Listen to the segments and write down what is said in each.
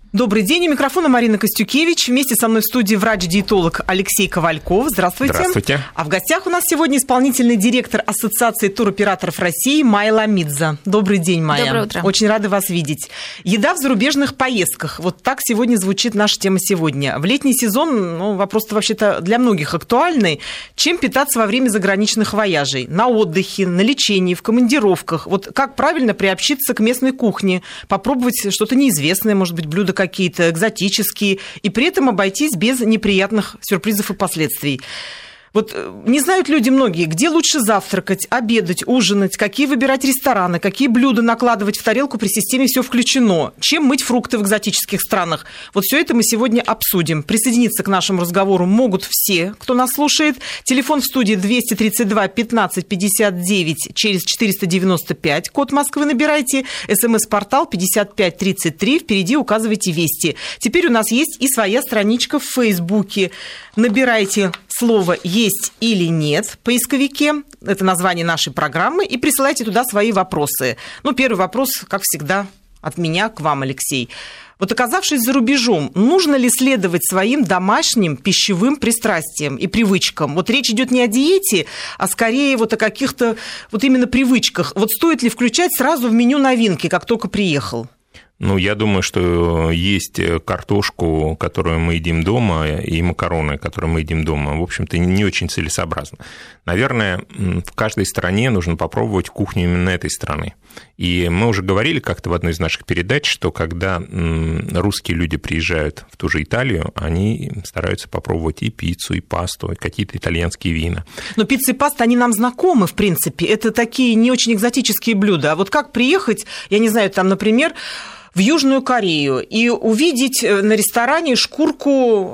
Добрый день, у микрофона Марина Костюкевич. Вместе со мной в студии врач-диетолог Алексей Ковальков. Здравствуйте. Здравствуйте. А в гостях у нас сегодня исполнительный директор Ассоциации туроператоров России Майя Ламидзе. Добрый день, Майя. Доброе утро. Очень рада вас видеть. Еда в зарубежных поездках. Вот так сегодня звучит наша тема сегодня. В летний сезон, вопрос-то вообще-то для многих актуальный. Чем питаться во время заграничных вояжей? На отдыхе, на лечении, в командировках. Вот как правильно приобщиться к местной кухне? Попробовать что-то неизвестное, может быть, блюда какие-то экзотические, и при этом обойтись без неприятных сюрпризов и последствий. Вот не знают люди многие, где лучше завтракать, обедать, ужинать, какие выбирать рестораны, какие блюда накладывать в тарелку при системе «Все включено», чем мыть фрукты в экзотических странах. Вот все это мы сегодня обсудим. Присоединиться к нашему разговору могут все, кто нас слушает. Телефон в студии 232 15 59 через 495, код Москвы набирайте, СМС-портал 5533, впереди указывайте «Вести». Теперь у нас есть и своя страничка в Фейсбуке. Набирайте слово «Есть или нет» в поисковике, это название нашей программы, и присылайте туда свои вопросы. Первый вопрос, как всегда, от меня к вам, Алексей. Вот оказавшись за рубежом, нужно ли следовать своим домашним пищевым пристрастиям и привычкам? Вот речь идет не о диете, а скорее о каких-то именно привычках. Вот стоит ли включать сразу в меню новинки, как только приехал? Я думаю, что есть картошку, которую мы едим дома, и макароны, которые мы едим дома, в общем-то, не очень целесообразно. Наверное, в каждой стране нужно попробовать кухню именно этой страны. И мы уже говорили как-то в одной из наших передач, что когда русские люди приезжают в ту же Италию, они стараются попробовать и пиццу, и пасту, и какие-то итальянские вина. Но пицца и паста, они нам знакомы, в принципе. Это такие не очень экзотические блюда. А вот как приехать, я не знаю, например, в Южную Корею и увидеть на ресторане шкурку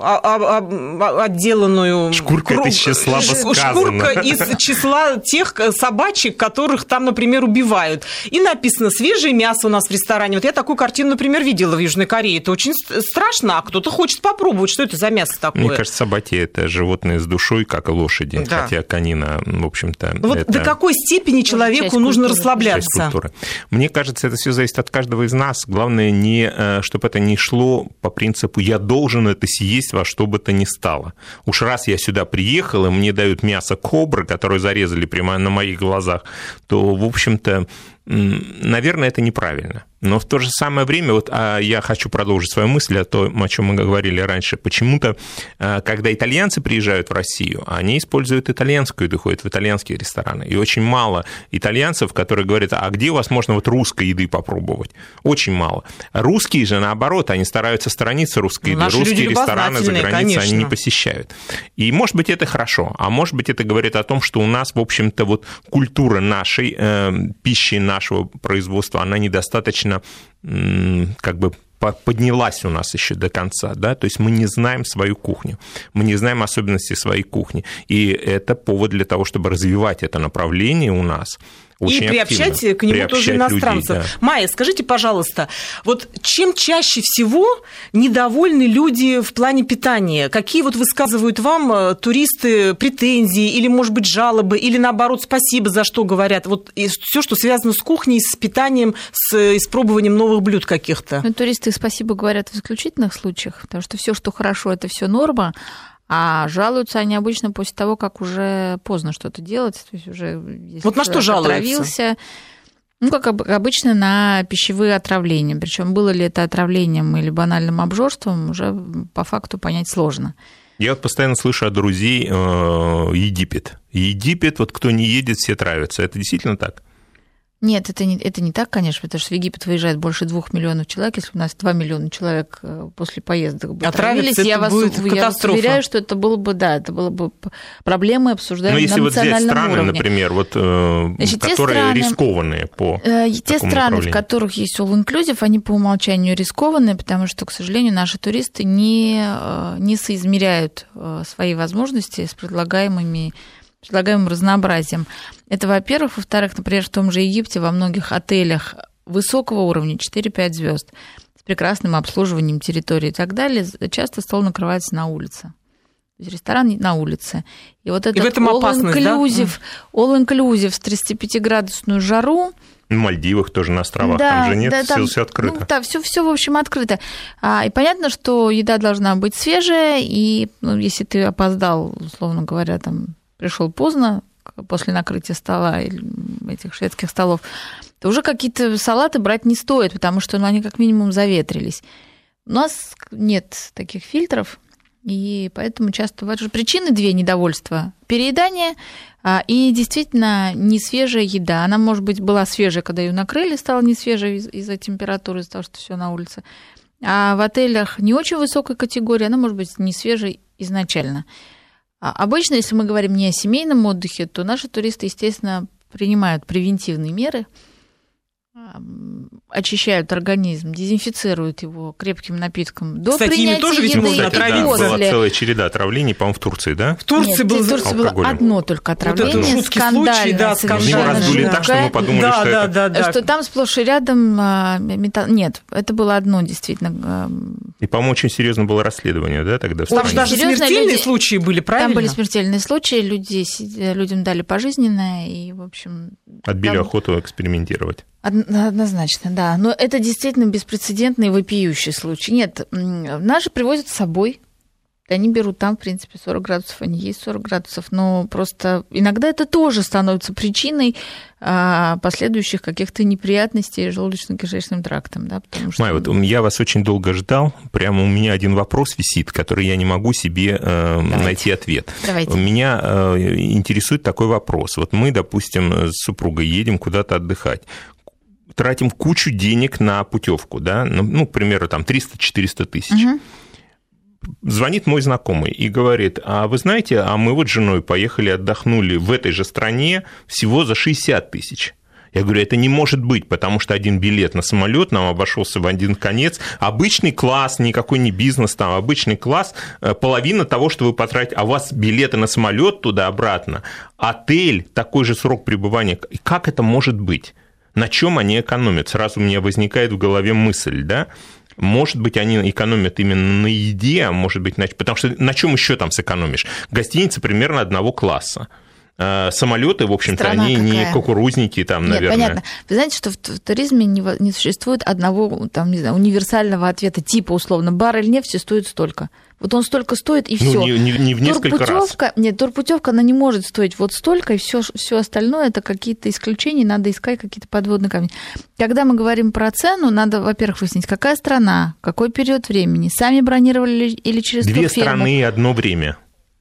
отделанную... Шкурка – это еще слабо сказано. Шкурка из числа тех собачек, которых там, например, убивают. И написано «свежее мясо» у нас в ресторане. Вот я такую картину, например, видела в Южной Корее. Это очень страшно, а кто-то хочет попробовать. Что это за мясо такое? Мне кажется, собаки – это животные с душой, как и лошади. Да. Хотя конина, в общем-то... это... До какой степени человеку нужно расслабляться? Мне кажется, это все зависит от каждого из нас. Главное, чтобы это не шло по принципу «я должен это съесть во что бы то ни стало». Уж раз я сюда приехал, и мне дают мясо кобры, которое зарезали прямо на моих глазах, то, в общем-то, наверное, это неправильно. Но в то же самое время, я хочу продолжить свою мысль о том, о чем мы говорили раньше. Почему-то, когда итальянцы приезжают в Россию, они используют итальянскую еду, ходят в итальянские рестораны. И очень мало итальянцев, которые говорят, а где у вас можно русской еды попробовать? Очень мало. Русские же, наоборот, они стараются сторониться русской еды. Русские рестораны за границей они не посещают. И, может быть, это хорошо. А может быть, это говорит о том, что у нас, в общем-то, культура нашей пищи, нашего производства, она недостаточно поднялась у нас еще до конца, да, то есть мы не знаем свою кухню, мы не знаем особенности своей кухни, и это повод для того, чтобы развивать это направление у нас. Очень и приобщать к нему тоже иностранцев. Людей, да. Майя, скажите, пожалуйста, чем чаще всего недовольны люди в плане питания? Какие высказывают вам туристы претензии или, может быть, жалобы, или, наоборот, спасибо за что говорят? Все, что связано с кухней, с питанием, с испробованием новых блюд каких-то. Туристы спасибо говорят в исключительных случаях, потому что все, что хорошо, это все норма. А жалуются они обычно после того, как уже поздно что-то делать. То есть уже, если на что жалуются? Как обычно, на пищевые отравления. Причем было ли это отравлением или банальным обжорством, уже по факту понять сложно. Я постоянно слышу от друзей Египет. Египет, кто не едет, все травятся. Это действительно так? Нет, это не так, конечно, потому что в Египет выезжает больше 2 миллионов человек. Если у нас 2 миллиона человек после поездок бы отравились, я вас уверяю, что это было бы проблемой, обсуждаемой на национальном уровне. Например, которые рискованные по те страны, в которых есть all-inclusive, они по умолчанию рискованные, потому что, к сожалению, наши туристы не соизмеряют свои возможности с предлагаемым разнообразием. Это, во-первых. Во-вторых, например, в том же Египте во многих отелях высокого уровня, 4-5 звезд, с прекрасным обслуживанием территории и так далее, часто стол накрывается на улице. То есть ресторан на улице. И вот этот в этом опасность, all-inclusive с 35-градусную жару. На Мальдивах тоже, на островах, да, там же нет, все открыто. Ну, да, все, в общем, открыто. И понятно, что еда должна быть свежая, и если ты опоздал, условно говоря, там пришел поздно, после накрытия стола или этих шведских столов, то уже какие-то салаты брать не стоит, потому что они как минимум заветрились. У нас нет таких фильтров, и поэтому часто бывают же причины две недовольства. Переедание и действительно несвежая еда. Она, может быть, была свежая, когда ее накрыли, стала несвежей из-за температуры, из-за того, что все на улице. А в отелях не очень высокой категории, она может быть несвежей изначально. Обычно, если мы говорим не о семейном отдыхе, то наши туристы, естественно, принимают превентивные меры, очищают организм, дезинфицируют его крепким напитком до Кстати, принятия тоже ведь еды. можно отравиться. Была целая череда отравлений, по-моему, в Турции, да? В Турции было одно только отравление, вот это скандальное, да, совершенно. Его раздули так, что мы подумали, что там сплошь и рядом металл. Нет, это было одно действительно. И, по-моему, очень серьезно было расследование, да, тогда в стране? Там даже смертельные случаи были, правильно? Там были смертельные случаи, людям дали пожизненное, и, в общем... Отбили охоту экспериментировать. Однозначно, да. Но это действительно беспрецедентный вопиющий случай. Нет, наши привозят с собой. Они берут там, в принципе, 40 градусов, они есть 40 градусов, но просто иногда это тоже становится причиной последующих каких-то неприятностей с желудочно-кишечным трактом. Да, потому что... Майя, вот я вас очень долго ждал, прямо у меня один вопрос висит, который я не могу себе найти ответ. Давайте. Меня интересует такой вопрос. Вот мы, допустим, с супругой едем куда-то отдыхать, тратим кучу денег на путевку, да, ну, к примеру, там 300-400 тысяч. Угу. Звонит мой знакомый и говорит: а вы знаете, а мы вот с женой поехали, отдохнули в этой же стране всего за 60 тысяч. Я говорю, это не может быть, потому что один билет на самолет нам обошелся в один конец. Обычный класс, никакой не бизнес, там обычный класс, половина того, что вы потратите, а у вас билеты на самолет туда-обратно, отель, такой же срок пребывания. Как это может быть? На чем они экономят? Сразу у меня возникает в голове мысль, да? Может быть, они экономят именно на еде, а может быть, потому что на чем еще там сэкономишь? Гостиницы примерно одного класса. Самолеты, в общем-то, страна они какая? Не кукурузники, там, Нет, наверное. Понятно. Вы знаете, что в туризме не существует одного, там, не знаю, универсального ответа, типа, условно, баррель нефти стоит столько. Вот он столько стоит, и все. Не в несколько раз. Нет, турпутевка, она не может стоить вот столько, и все остальное это какие-то исключения, надо искать какие-то подводные камни. Когда мы говорим про цену, надо, во-первых, выяснить, какая страна, какой период времени, сами бронировали или через турфирму. Две страны и одно время.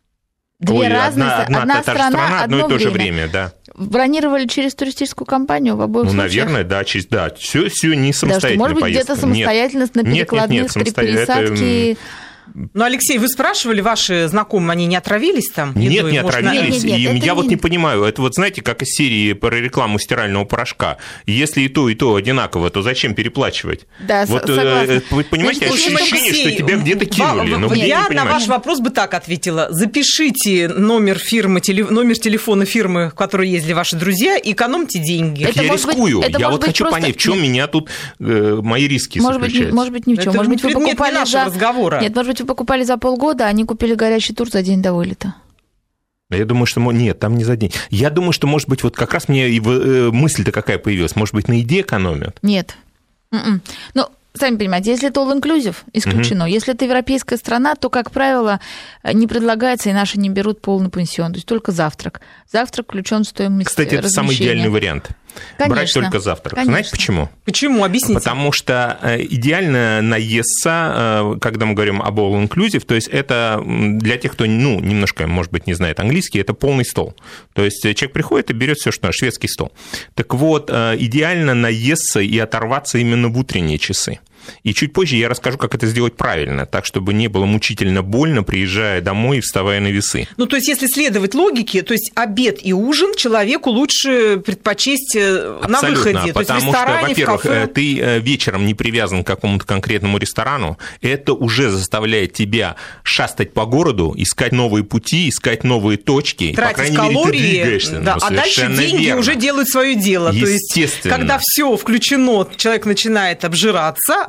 Две разные одна страна, одно и то же время, да. Бронировали через туристическую компанию в обоих случаях? Наверное, да, все не самостоятельно. Может быть, где-то самостоятельно на перекладных при пересадке... Ну, Алексей, вы спрашивали, ваши знакомые, они не отравились там? Нет, не отравились. Нет, и я вот не понимаю, это вот знаете, как из серии про рекламу стирального порошка. Если и то одинаково, то зачем переплачивать? Да, вот, согласна. Вы понимаете, ощущение, Алексей, что тебя где-то кинули. Я на ваш вопрос бы так ответила. Запишите номер телефона фирмы, в которой ездили ваши друзья, и экономьте деньги. Я рискую. Я вот хочу понять, в чем меня тут мои риски заключаются. Может быть, ни в чем. Может быть, вы покупали нашего разговора. Нет, может быть, вы покупали за полгода, а они купили горячий тур за день до вылета. Я думаю, что... Нет, там не за день. Я думаю, что, может быть, вот как раз мне мысль-то какая появилась. Может быть, на еде экономят? Нет. Ну, сами понимаете, если это all-inclusive, исключено. Если это европейская страна, то, как правило, не предлагается, и наши не берут полный пенсион. То есть только завтрак. Завтрак включен в стоимость Кстати, это самый идеальный вариант. Конечно, брать только завтрак. Конечно. Знаете почему? Почему? Объясните. Потому что идеально наесться, когда мы говорим об all-inclusive, то есть это для тех, кто немножко, может быть, не знает английский, это полный стол. То есть человек приходит и берет все, что шведский стол. Так вот, идеально наесться и оторваться именно в утренние часы. И чуть позже я расскажу, как это сделать правильно, так, чтобы не было мучительно больно, приезжая домой и вставая на весы. Ну, то есть, если следовать логике, то есть обед и ужин человеку лучше предпочесть на выходе. Потому то есть в ресторане, что, во-первых, в кафе. ты вечером не привязан к какому-то конкретному ресторану, это уже заставляет тебя шастать по городу, искать новые пути, искать новые точки. Тратить по крайней калории, мере, ты двигаешься. Да, а дальше деньги уже делают свое дело. То есть, когда все включено, человек начинает обжираться,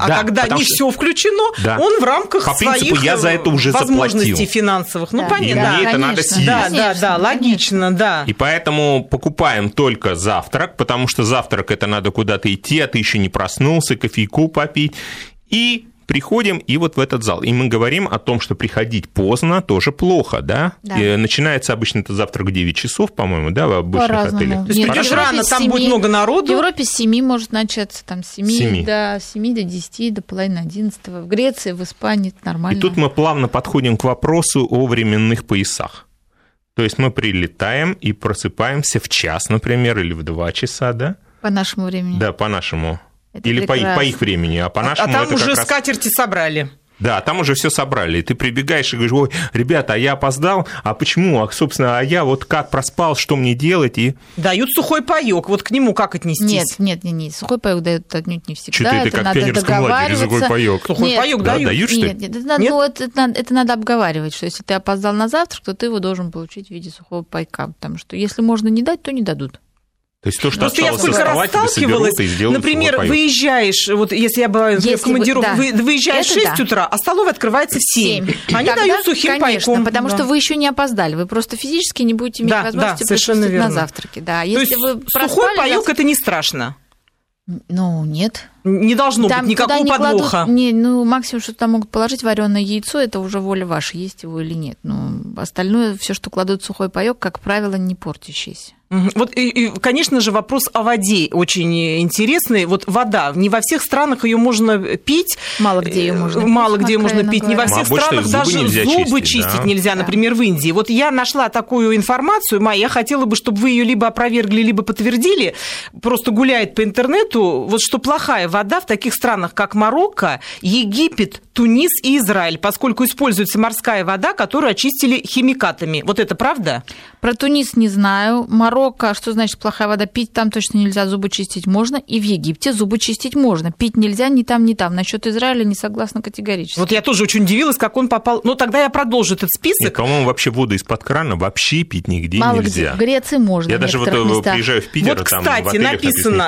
А когда не все включено, он в рамках своих я за это уже возможностей заплатил. Финансовых. Ну, да. понятно. И мне это надо съесть. Да, логично, да. И поэтому покупаем только завтрак, потому что завтрак это надо куда-то идти, а ты еще не проснулся, кофейку попить. И приходим и вот в этот зал. И мы говорим о том, что приходить поздно тоже плохо, да? И начинается обычно этот завтрак в 9 часов, по-моему, да, в обычных отелях. То есть придешь рано, там будет много народу. В Европе с 7 может начаться, там с 7 до 10, до половины 11. В Греции, в Испании это нормально. И тут мы плавно подходим к вопросу о временных поясах. То есть мы прилетаем и просыпаемся в час, например, или в 2 часа, да? По нашему времени. Да, по нашему. Это или по их времени, а по нашему там это уже как раз... скатерти собрали. Да, там уже все собрали. И ты прибегаешь и говоришь: ой, ребята, а я опоздал, а почему? Собственно, я вот как проспал, что мне делать? И... Дают сухой паёк, вот к нему как отнестись? Нет, сухой паёк дают отнюдь не всегда. Что-то это как в пионерском лагере сухой паёк. Сухой паёк дают, что ли? Это надо обговаривать, что если ты опоздал на завтрак, то ты его должен получить в виде сухого пайка, потому что если можно не дать, то не дадут. То есть то, что я сколько раз сталкивалась, например, выезжаешь, вот если я бываю в командировке, выезжаешь в 6 утра, а столовая открывается в 7. Они дают сухим пайком. Потому что вы еще не опоздали, вы просто физически не будете иметь возможности присутствовать на завтраке. Да, если вы сухой пайок это не страшно? Ну, нет. Не должно быть никакого подвоха. Максимум, что туда могут положить вареное яйцо, это уже воля ваша, есть его или нет. Но остальное, все, что кладут в сухой паёк, как правило, не портящееся. Вот, и, конечно же, вопрос о воде очень интересный. Вот вода, не во всех странах ее можно пить. Мало где ее можно пить. Мало где можно пить. Не во всех странах даже зубы чистить нельзя, например, в Индии. Вот я нашла такую информацию, Майя, я хотела бы, чтобы вы ее либо опровергли, либо подтвердили. Просто гуляет по интернету, вот что плохая вода в таких странах, как Марокко, Египет, Тунис и Израиль, поскольку используется морская вода, которую очистили химикатами. Вот это правда? Про Тунис не знаю. Марокко, что значит плохая вода? Пить там точно нельзя, зубы чистить можно. И в Египте зубы чистить можно. Пить нельзя ни там, ни там. Насчет Израиля не согласна категорически. Вот я тоже очень удивилась, как он попал. Но тогда я продолжу этот список. Нет, по-моему, вообще воду из-под крана вообще пить нигде мало нельзя. Где. В Греции можно. Я даже вот приезжаю в Питер, вот, там кстати, в отелях написано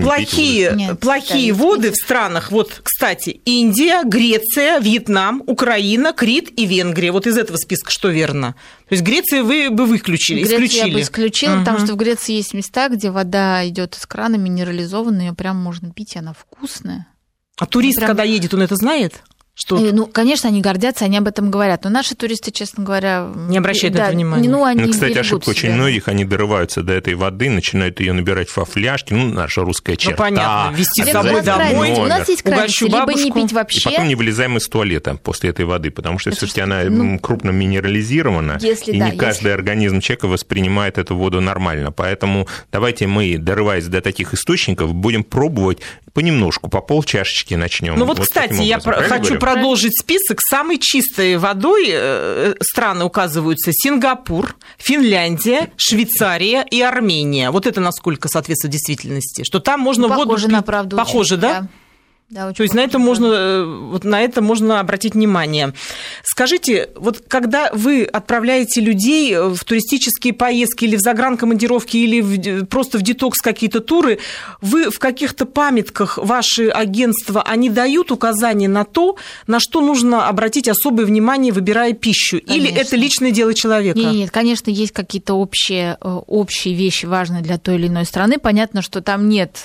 плохие воды в странах. Вот, кстати, Индия, Греция, Вьетнам, Украина, Крит и Венгрия. Вот из этого списка что верно? То есть Грецию вы бы исключили? Я бы исключила, потому что в Греции есть места, где вода идет из крана, минерализованная, ее прям можно пить, и она вкусная. А турист, когда едет, он это знает? Что? Ну, конечно, они гордятся, они об этом говорят. Но наши туристы, честно говоря... Не обращают на это внимания. Они кстати, ошибка очень многих. Они дорываются до этой воды, начинают ее набирать во фляжки. Наша русская черта. Понятно. Везти с собой домой. У нас есть крайности. Либо не пить вообще. И потом не вылезаем из туалета после этой воды, потому что все-таки она крупно минерализирована. И не каждый организм человека воспринимает эту воду нормально. Поэтому давайте мы, дорываясь до таких источников, будем пробовать понемножку, по полчашечки начнем. Ну вот кстати, я хочу продолжить список. Самой чистой водой страны указываются: Сингапур, Финляндия, Швейцария и Армения. Вот это насколько соответствует действительности? Что там можно воду... Похоже на правду. Похоже, да? Да, то есть на это можно обратить внимание. Скажите, вот когда вы отправляете людей в туристические поездки или в загранкомандировки, или просто в детокс какие-то туры, вы в каких-то памятках, ваши агентства, они дают указания на то, на что нужно обратить особое внимание, выбирая пищу? Конечно. Или это личное дело человека? Нет, конечно, есть какие-то общие вещи, важные для той или иной страны. Понятно, что там нет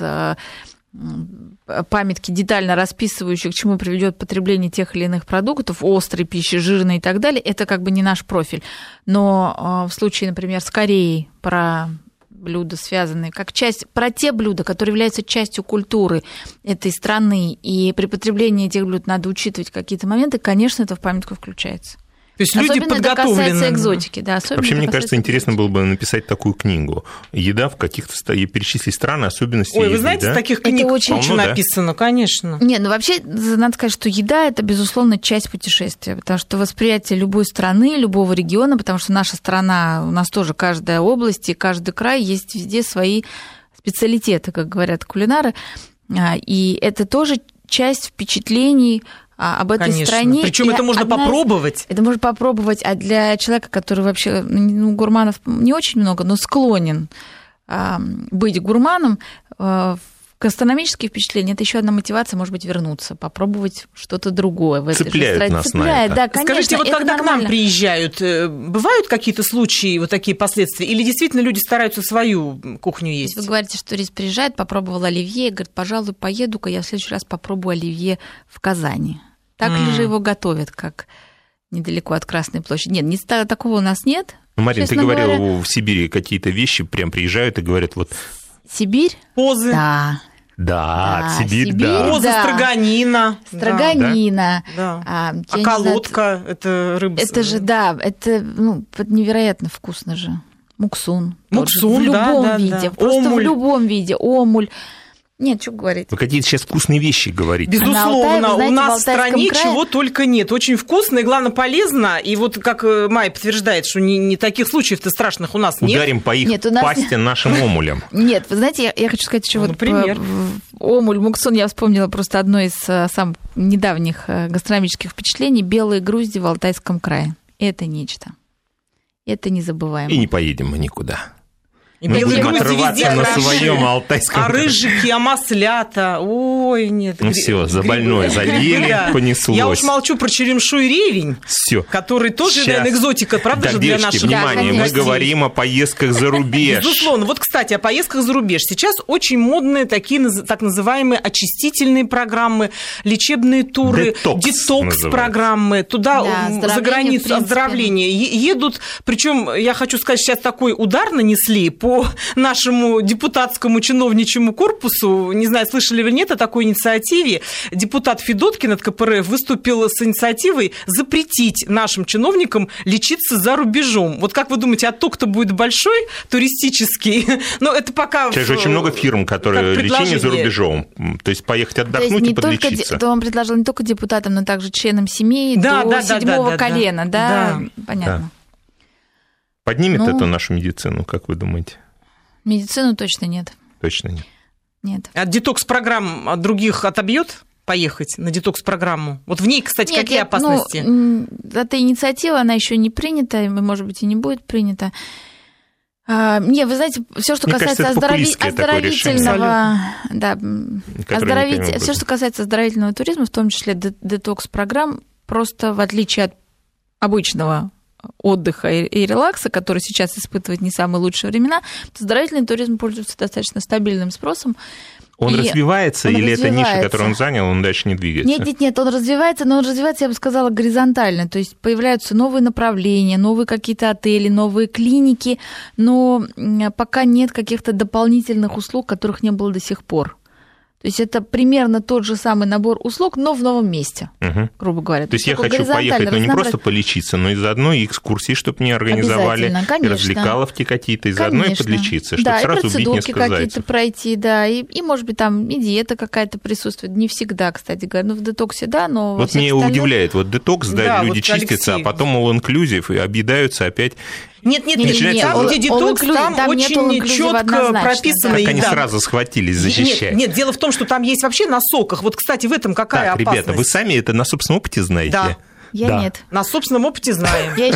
памятки, детально расписывающие, к чему приведет потребление тех или иных продуктов, острой пищи, жирной и так далее, это как бы не наш профиль. Но в случае, например, с Кореей, про блюда, связанные как часть, про те блюда, которые являются частью культуры этой страны, и при потреблении этих блюд надо учитывать какие-то моменты, конечно, это в памятку включается. То есть люди особенно подготовлены. Это касается экзотики. Да, вообще, мне кажется, интересно было бы написать такую книгу. Еда в каких-то перечислить страны, особенности еды. Вы знаете, да? таких книг очень написано, конечно. Нет, вообще, надо сказать, что еда – это, безусловно, часть путешествия, потому что восприятие любой страны, любого региона, потому что наша страна, у нас тоже каждая область и каждый край, есть везде свои специалитеты, как говорят кулинары, и это тоже часть впечатлений об этой стране. Причем это можно попробовать. Это можно попробовать, а для человека, который вообще, гурманов не очень много, но склонен быть гурманом, в гастрономические впечатления – это еще одна мотивация, может быть, вернуться, попробовать что-то другое. Цепляют нас на это. Да, конечно. Скажите, вот когда нормально. к нам приезжают, бывают какие-то случаи, вот такие последствия? Или действительно люди стараются свою кухню есть? Вы говорите, что турист приезжает, попробовал оливье, говорит, пожалуй, поеду-ка я в следующий раз попробую оливье в Казани. Так ли же его готовят, как недалеко от Красной площади? Нет, такого у нас нет. Марин, ты говорила, в Сибири какие-то вещи прям приезжают и говорят, вот... Сибирь? Позы. Да, Сибирь, да. Поза, строганина. Строганина. Да. Околотка, это рыба. Это же, это невероятно вкусно же. Муксун. Муксун, в любом виде. Да. Просто омуль. В любом виде. Омуль. Нет, что говорить. Вы какие-то сейчас вкусные вещи говорите. Безусловно, у нас в стране крае... чего только нет. Очень вкусно и, главное, полезно. И вот как Майя подтверждает, что не таких случаев-то страшных у нас нет. Ударим по их пасти нашим омулям. Нет, вы знаете, я хочу сказать еще например. Омуль, муксун, я вспомнила просто одно из самых недавних гастрономических впечатлений. Белые грузди в Алтайском крае. Это нечто. Это незабываемо. И не поедем мы никуда. И мы белые будем грузди отрываться на своем алтайском. А рыжики, а маслята. Ой, нет. Ну все, за больное задели, понеслось. Я уж молчу про черемшу и ревень, который тоже, наверное, экзотика, правда же, для наших внимание, мы говорим о поездках за рубеж. Безусловно. Вот, кстати, о поездках за рубеж. Сейчас очень модные такие так называемые очистительные программы, лечебные туры, детокс-программы. Туда, за границу, оздоровление. Едут, причем, я хочу сказать, сейчас такой удар нанесли по нашему депутатскому чиновничьему корпусу. Не знаю, слышали вы нет о такой инициативе. Депутат Федоткин от КПРФ выступил с инициативой запретить нашим чиновникам лечиться за рубежом. Вот как вы думаете, отток-то будет большой, туристический? Но это пока... Сейчас же очень много фирм, которые лечение за рубежом. То есть поехать отдохнуть и подлечиться. Это он предложил не только депутатам, но также членам семей до седьмого колена. Да, понятно. Поднимет это нашу медицину, как вы думаете? Медицину точно нет. Точно нет? Нет. От детокс-программ от других отобьет поехать на детокс-программу? Вот в ней, кстати, какие опасности? Эта инициатива, она еще не принята, может быть, и не будет принята. Не, вы знаете, все, что касается оздоровительного, все, что касается оздоровительного туризма, в том числе детокс-программ, просто в отличие от обычного отдыха и релакса, который сейчас испытывает не самые лучшие времена, оздоровительный туризм пользуется достаточно стабильным спросом. Он развивается, или это ниша, которую он занял, он дальше не двигается? Нет, он развивается, но он развивается, я бы сказала, горизонтально. То есть появляются новые направления, новые какие-то отели, новые клиники, но пока нет каких-то дополнительных услуг, которых не было до сих пор. То есть это примерно тот же самый набор услуг, но в новом месте, грубо говоря. То есть я хочу поехать, не просто полечиться, но и заодно и экскурсии, чтобы мне организовали, и развлекаловки какие-то, и заодно и подлечиться, чтобы сразу убить несколько зайцев. Какие-то пройти, и, может быть, там и диета какая-то присутствует. Не всегда, кстати говоря, в детоксе, но... Вот меня удивляет, детокс, люди чистятся, а потом all-inclusive и объедаются опять... Нет, там, где детокс, там очень четко прописано. Как они сразу схватились защищать. Нет, дело в том, что там есть вообще на соках. Вот, кстати, в этом какая опасность? Ребята, вы сами это на собственном опыте знаете? Да. Я нет. На собственном опыте знаем. Я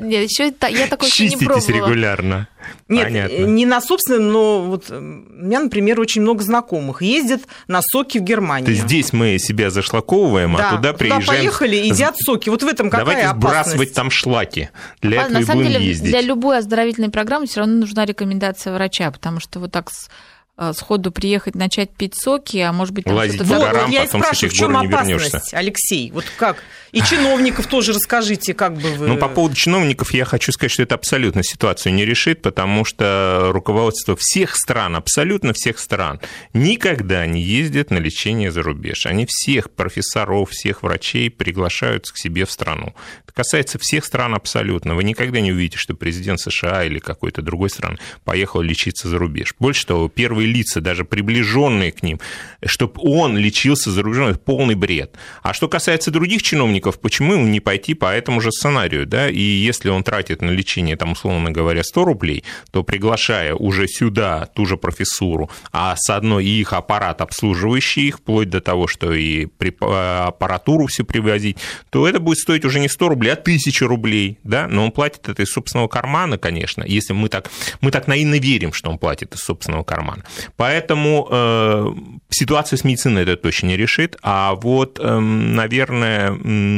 такой еще не пробовала. Чиститесь регулярно. Нет, понятно. Не на собственном, но вот у меня, например, очень много знакомых ездят на соки в Германию. То есть здесь мы себя зашлаковываем, а туда приезжаем... Туда поехали, едят соки. Вот в этом какая опасность? Давайте сбрасывать там шлаки. Для этого и будем ездить. На самом деле, для любой оздоровительной программы все равно нужна рекомендация врача, потому что вот так сходу приехать, начать пить соки, а может быть... Лазить по горам, я и потом спрашиваю, с этих гор не вернешься. Опасность, Алексей? Вот как? И чиновников тоже расскажите, как бы вы... По поводу чиновников я хочу сказать, что это абсолютно ситуацию не решит, потому что руководство всех стран, абсолютно всех стран, никогда не ездит на лечение за рубеж. Они всех профессоров, всех врачей приглашают к себе в страну. Это касается всех стран абсолютно. Вы никогда не увидите, что президент США или какой-то другой страны поехал лечиться за рубеж. Больше того, первые лица, даже приближенные к ним, чтобы он лечился за рубежом, это полный бред. А что касается других чиновников, почему ему не пойти по этому же сценарию, И если он тратит на лечение, условно говоря, 100 рублей, то приглашая уже сюда ту же профессуру, а заодно и их аппарат, обслуживающий их, вплоть до того, что и аппаратуру все привозить, то это будет стоить уже не 100 рублей, а 1000 рублей, Но он платит это из собственного кармана, конечно, если мы так наивно верим, что он платит из собственного кармана. Поэтому ситуацию с медициной это точно не решит, а вот, наверное,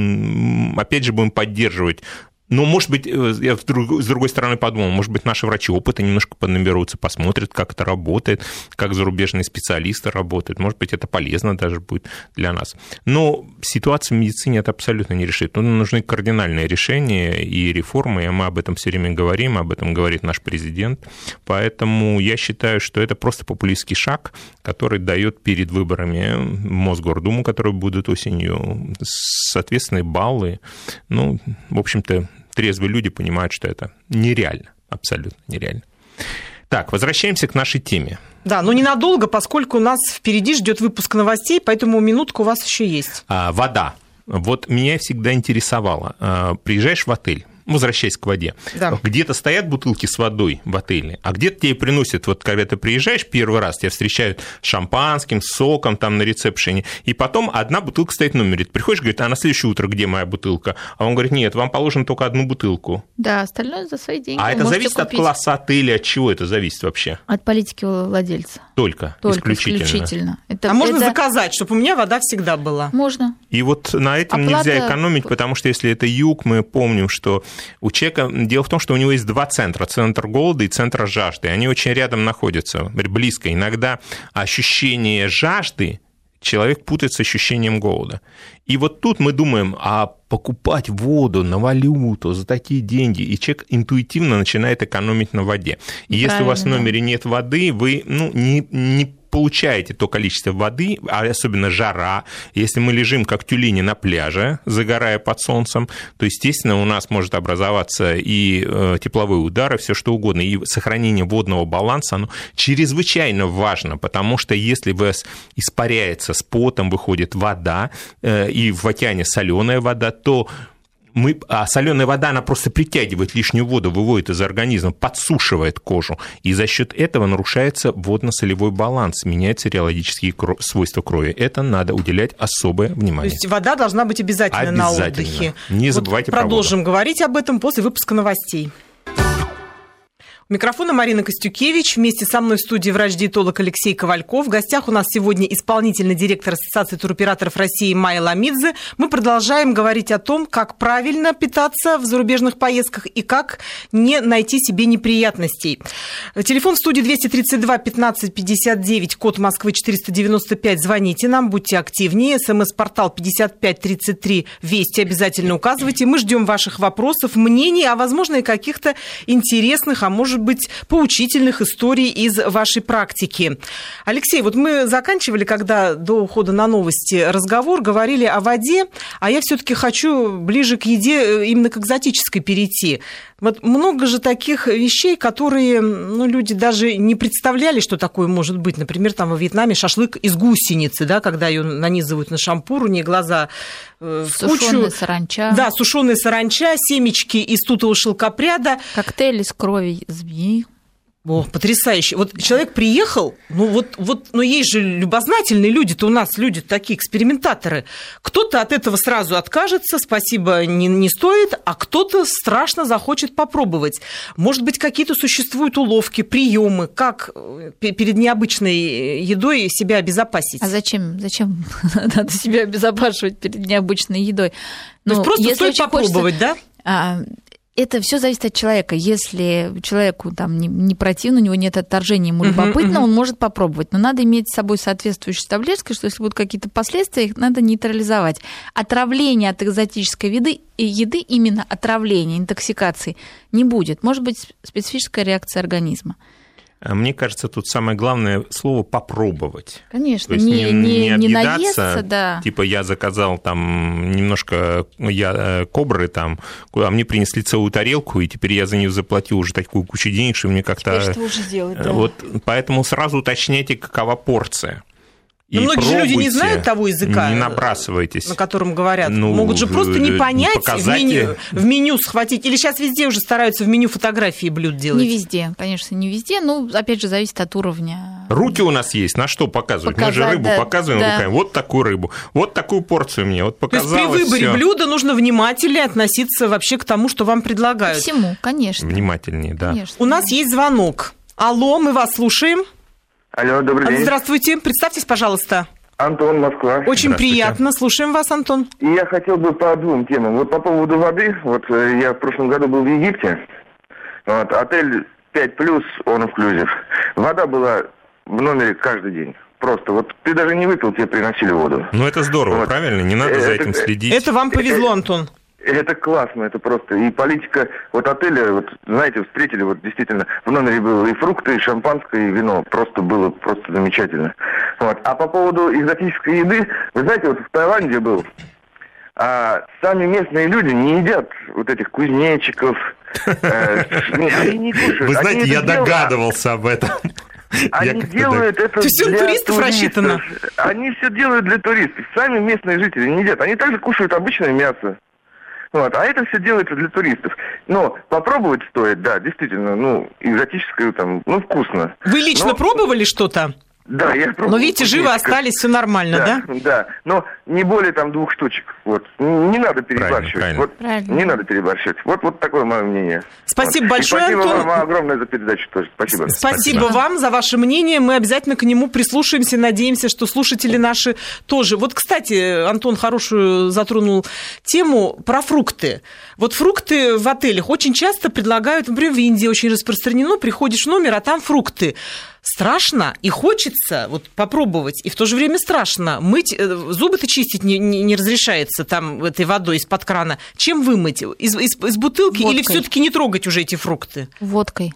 опять же будем поддерживать. Но, может быть, я с другой стороны подумал, может быть, наши врачи опыта немножко поднаберутся, посмотрят, как это работает, как зарубежные специалисты работают. Может быть, это полезно даже будет для нас. Но ситуация в медицине это абсолютно не решит. Но нужны кардинальные решения и реформы, и мы об этом все время говорим, об этом говорит наш президент. Поэтому я считаю, что это просто популистский шаг, который дает перед выборами в Мосгордуму, которые будут осенью, соответственные баллы. Ну, в общем-то, трезвые люди понимают, что это нереально, абсолютно нереально. Так, возвращаемся к нашей теме. Да, но ненадолго, поскольку нас впереди ждет выпуск новостей, поэтому минутка у вас еще есть. Вода. Вот меня всегда интересовало. Приезжаешь в отель, возвращаясь к воде, да. Где-то стоят бутылки с водой в отеле, а где-то тебе приносят, вот когда ты приезжаешь первый раз, тебя встречают шампанским, соком там на ресепшене, и потом одна бутылка стоит в номере. Ты приходишь, говорит, а на следующее утро где моя бутылка? А он говорит, нет, вам положено только одну бутылку. Да, остальное за свои деньги. А это зависит купить. От класса отеля, от чего это зависит вообще? От политики владельца. Только исключительно. Можно заказать, чтобы у меня вода всегда была? Можно. И вот на этом нельзя экономить, потому что если это юг, мы помним, что у человека... Дело в том, что у него есть два центра. Центр голода и центр жажды. Они очень рядом находятся, близко. Иногда ощущение жажды человек путает с ощущением голода. И вот тут мы думаем, а покупать воду на валюту за такие деньги, и человек интуитивно начинает экономить на воде. И если у вас в номере нет воды, вы не получаете то количество воды, а особенно жара. Если мы лежим как тюлени на пляже, загорая под солнцем, то, естественно, у нас может образоваться и тепловые удары, все что угодно. И сохранение водного баланса, оно чрезвычайно важно, потому что если у вас испаряется с потом, выходит вода, и в океане соленая вода, то соленая вода, она просто притягивает лишнюю воду, выводит из организма, подсушивает кожу, и за счет этого нарушается водно-солевой баланс, меняются реологические свойства крови. Это надо уделять особое внимание. То есть вода должна быть обязательно на отдыхе. Не забывайте про воду. Продолжим говорить об этом после выпуска новостей. У микрофона Марина Костюкевич. Вместе со мной в студии врач-диетолог Алексей Ковальков. В гостях у нас сегодня исполнительный директор Ассоциации туроператоров России Майя Ламидзе. Мы продолжаем говорить о том, как правильно питаться в зарубежных поездках и как не найти себе неприятностей. Телефон в студии 232 15 59, код Москвы 495. Звоните нам, будьте активнее. СМС-портал 5533 Вести обязательно указывайте. Мы ждем ваших вопросов, мнений, а возможно и каких-то интересных, а может быть, поучительных историй из вашей практики. Алексей, вот мы заканчивали, когда до ухода на новости разговор, говорили о воде, а я все-таки хочу ближе к еде, именно к экзотической перейти. Вот много же таких вещей, которые люди даже не представляли, что такое может быть. Например, там во Вьетнаме шашлык из гусеницы, да, когда ее нанизывают на шампур, у нее глаза в кучу. Сушеная саранча. Да, сушеная саранча, семечки из тутового шелкопряда. Коктейль из крови змеи. О, потрясающе. Вот человек приехал, но есть же любознательные люди-то у нас, люди такие, экспериментаторы. Кто-то от этого сразу откажется, спасибо, не стоит, а кто-то страшно захочет попробовать. Может быть, какие-то существуют уловки, приемы, как перед необычной едой себя обезопасить? А зачем надо себя обезопасивать перед необычной едой? То есть просто стоит попробовать, да? Это все зависит от человека. Если человеку там не противно, у него нет отторжения, ему любопытно, он может попробовать. Но надо иметь с собой соответствующую таблетку, что если будут какие-то последствия, их надо нейтрализовать. Отравление от экзотической еды, именно отравление, интоксикации, не будет. Может быть специфическая реакция организма. Мне кажется, тут самое главное слово «попробовать». Конечно, то есть не наесться, да. Типа я заказал там немножко кобры там, а мне принесли целую тарелку, и теперь я за нее заплатил уже такую кучу денег, что мне как-то... Теперь что уже делать, да. Вот, поэтому сразу уточняйте, какова порция. Но многие же люди не знают того языка, не набрасывайтесь, на котором говорят. Могут же просто не понять, в меню схватить. Или сейчас везде уже стараются в меню фотографии блюд делать? Не везде, конечно, не везде. Ну, опять же, зависит от уровня. Руки у нас есть, на что показывать? Мы же рыбу показываем руками. Вот такую рыбу, вот такую порцию мне. Вот показалось. То есть при выборе блюда нужно внимательнее относиться вообще к тому, что вам предлагают. Ко всему, конечно. Внимательнее, да. Конечно, у нас есть звонок. Алло, мы вас слушаем. Алло, добрый день. Здравствуйте, представьтесь, пожалуйста. Антон, Москва. Очень приятно, слушаем вас, Антон. И я хотел бы по двум темам. Вот по поводу воды, вот я в прошлом году был в Египте, вот, отель 5+, он инклюзив. Вода была в номере каждый день. Просто вот ты даже не выпил, тебе приносили воду. Ну это здорово, вот. Правильно? Не надо за этим следить. Это вам повезло, Антон. Это классно, это просто. И политика вот отеля, вот знаете, встретили, вот действительно, в номере было и фрукты, и шампанское, и вино. Просто было просто замечательно. Вот. А по поводу экзотической еды, вы знаете, вот в Таиланде был, сами местные люди не едят вот этих кузнечиков. Они не кушают. Вы знаете, я догадывался об этом. Они делают это для все на туристов рассчитано. Они все делают для туристов. Сами местные жители не едят. Они также кушают обычное мясо. Вот, а это все делается для туристов. Но попробовать стоит, да, действительно, экзотическое там, вкусно. Вы лично пробовали что-то? Да, я пробовал. Но видите, живы остались, все нормально, да? Да, но не более там 2 штучек. Вот. Не надо перебарщивать. Правильно. Не надо перебарщивать. Вот такое мое мнение. Спасибо большое, Антон. Спасибо вам огромное за передачу тоже. Спасибо. Спасибо вам за ваше мнение. Мы обязательно к нему прислушаемся. Надеемся, что слушатели наши тоже. Вот, кстати, Антон хорошую затронул тему про фрукты. Вот фрукты в отелях очень часто предлагают, например, в Индии очень распространено, приходишь в номер, а там фрукты. Страшно и хочется вот попробовать, и в то же время страшно. Мыть, зубы-то чистить не разрешается там этой водой из-под крана. Чем вымыть? Из бутылки? Водкой. Или все-таки не трогать уже эти фрукты? Водкой.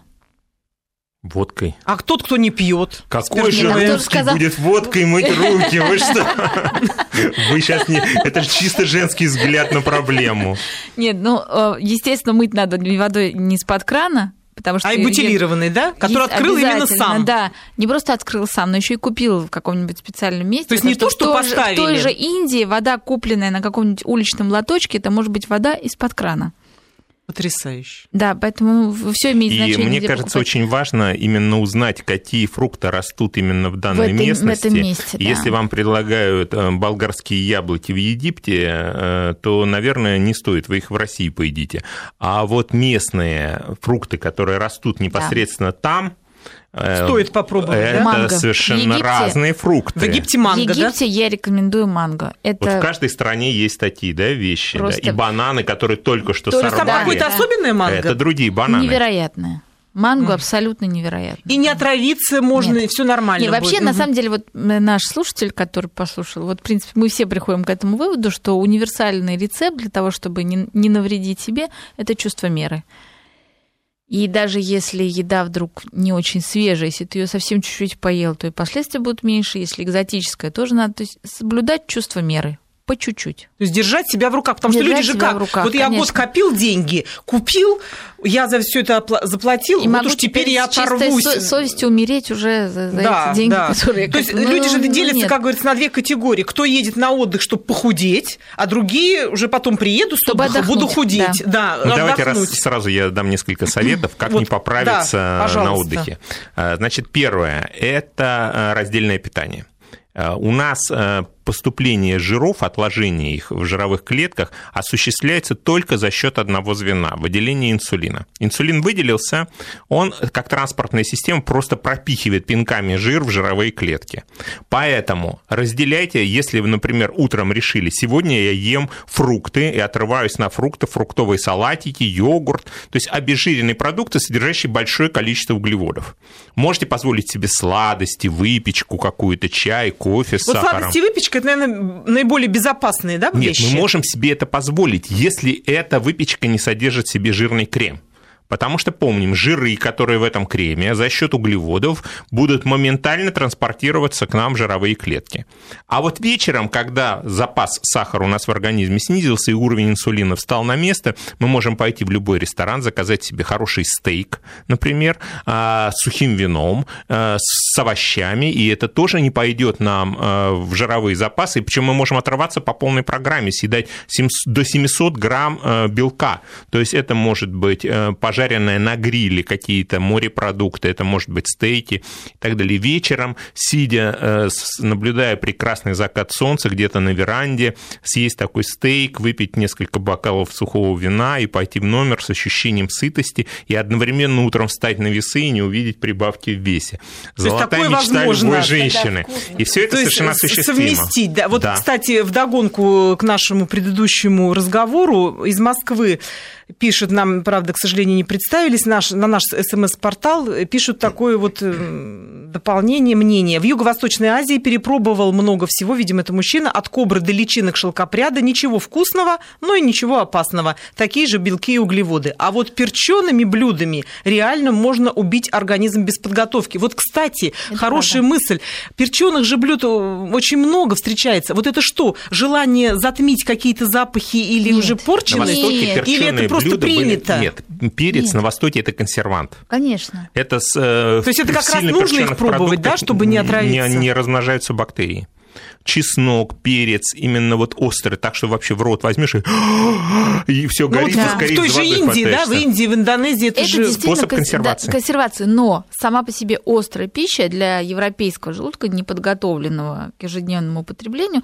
А тот, кто не пьет? Какой же русский будет водкой мыть руки? Вы что? Вы сейчас не... Это же чисто женский взгляд на проблему. Нет, естественно, мыть надо водой не из-под крана. Потому что и бутилированный, да? Который открыл именно сам. Да, не просто открыл сам, но еще и купил в каком-нибудь специальном месте. То есть не то, что поставили. В той же Индии вода, купленная на каком-нибудь уличном лоточке, это может быть вода из-под крана. Потрясающе. Да, поэтому все имеет значение. И мне кажется, очень важно именно узнать, какие фрукты растут именно в данной местности. В этом месте, да. Если вам предлагают болгарские яблоки в Египте, то, наверное, не стоит, вы их в России поедите. А вот местные фрукты, которые растут непосредственно там, стоит попробовать, это манго. Совершенно разные фрукты. В Египте манго, В Египте я рекомендую манго. Вот в каждой стране есть такие, вещи. Да? И бананы, которые только что сорвали. Там какое-то особенное манго? Это другие бананы. Невероятное. Манго абсолютно невероятно. И не отравиться можно, и все нормально. Нет, вообще, на самом деле, вот наш слушатель, который послушал, вот, в принципе, мы все приходим к этому выводу, что универсальный рецепт для того, чтобы не навредить себе, это чувство меры. И даже если еда вдруг не очень свежая, если ты ее совсем чуть-чуть поел, то и последствия будут меньше. Если экзотическая, тоже надо соблюдать чувство меры. По чуть-чуть. То есть держать себя в руках, потому что люди же как? Вот конечно. Я год копил деньги, купил, я за все это заплатил, и вот уж теперь я оторвусь. С совестью умереть уже за эти деньги, которые... То есть люди же делятся, как говорится, на 2 категории. Кто едет на отдых, чтобы похудеть, а другие уже потом приедут, чтобы буду худеть. Да. Давайте сразу я дам несколько советов, как не поправиться на отдыхе. Значит, первое – это раздельное питание. У нас поступление жиров, отложение их в жировых клетках осуществляется только за счет одного звена – выделения инсулина. Инсулин выделился, он, как транспортная система, просто пропихивает пинками жир в жировые клетки. Поэтому разделяйте, если вы, например, утром решили, сегодня я ем фрукты и отрываюсь на фрукты, фруктовые салатики, йогурт, то есть обезжиренные продукты, содержащие большое количество углеводов. Можете позволить себе сладости, выпечку какую-то, чай, кофе с сахаром. Сладости и выпечка – это, наверное, наиболее безопасные, да, вещи? Нет, мы можем себе это позволить, если эта выпечка не содержит в себе жирный крем. Потому что, помним, жиры, которые в этом креме, за счет углеводов будут моментально транспортироваться к нам в жировые клетки. А вот вечером, когда запас сахара у нас в организме снизился и уровень инсулина встал на место, мы можем пойти в любой ресторан, заказать себе хороший стейк, например, с сухим вином, с овощами, и это тоже не пойдет нам в жировые запасы, причем мы можем отрываться по полной программе, съедать до 700 грамм белка. То есть это может быть, пожалуйста, пожаренное на гриле, какие-то морепродукты, это может быть стейки и так далее. Вечером, сидя, наблюдая прекрасный закат солнца где-то на веранде, съесть такой стейк, выпить несколько бокалов сухого вина и пойти в номер с ощущением сытости и одновременно утром встать на весы и не увидеть прибавки в весе. Золотая мечта любой женщины. И все это совершенно осуществимо. Совместить, да. Вот, кстати, вдогонку к нашему предыдущему разговору из Москвы пишут нам, правда, к сожалению, не представились, на наш СМС-портал пишут такое вот дополнение мнения. В Юго-Восточной Азии перепробовал много всего, видимо, это мужчина, от кобры до личинок шелкопряда, ничего вкусного, но и ничего опасного. Такие же белки и углеводы. А вот перчеными блюдами реально можно убить организм без подготовки. Вот, кстати, это хорошая мысль. Перченых же блюд очень много встречается. Вот это что? Желание затмить какие-то запахи или уже порченность? Или это просто принято? Нет, перец на Востоке – это консервант. Конечно. Это то есть это как раз нужно их пробовать, да, чтобы не отравиться? Не размножаются бактерии. Чеснок, перец, именно вот острый, так что вообще в рот возьмешь и все горит, и скорее в той же Индии, да, в Индии, в Индонезии это же способ консервации. Консервации, но сама по себе острая пища для европейского желудка, неподготовленного к ежедневному употреблению,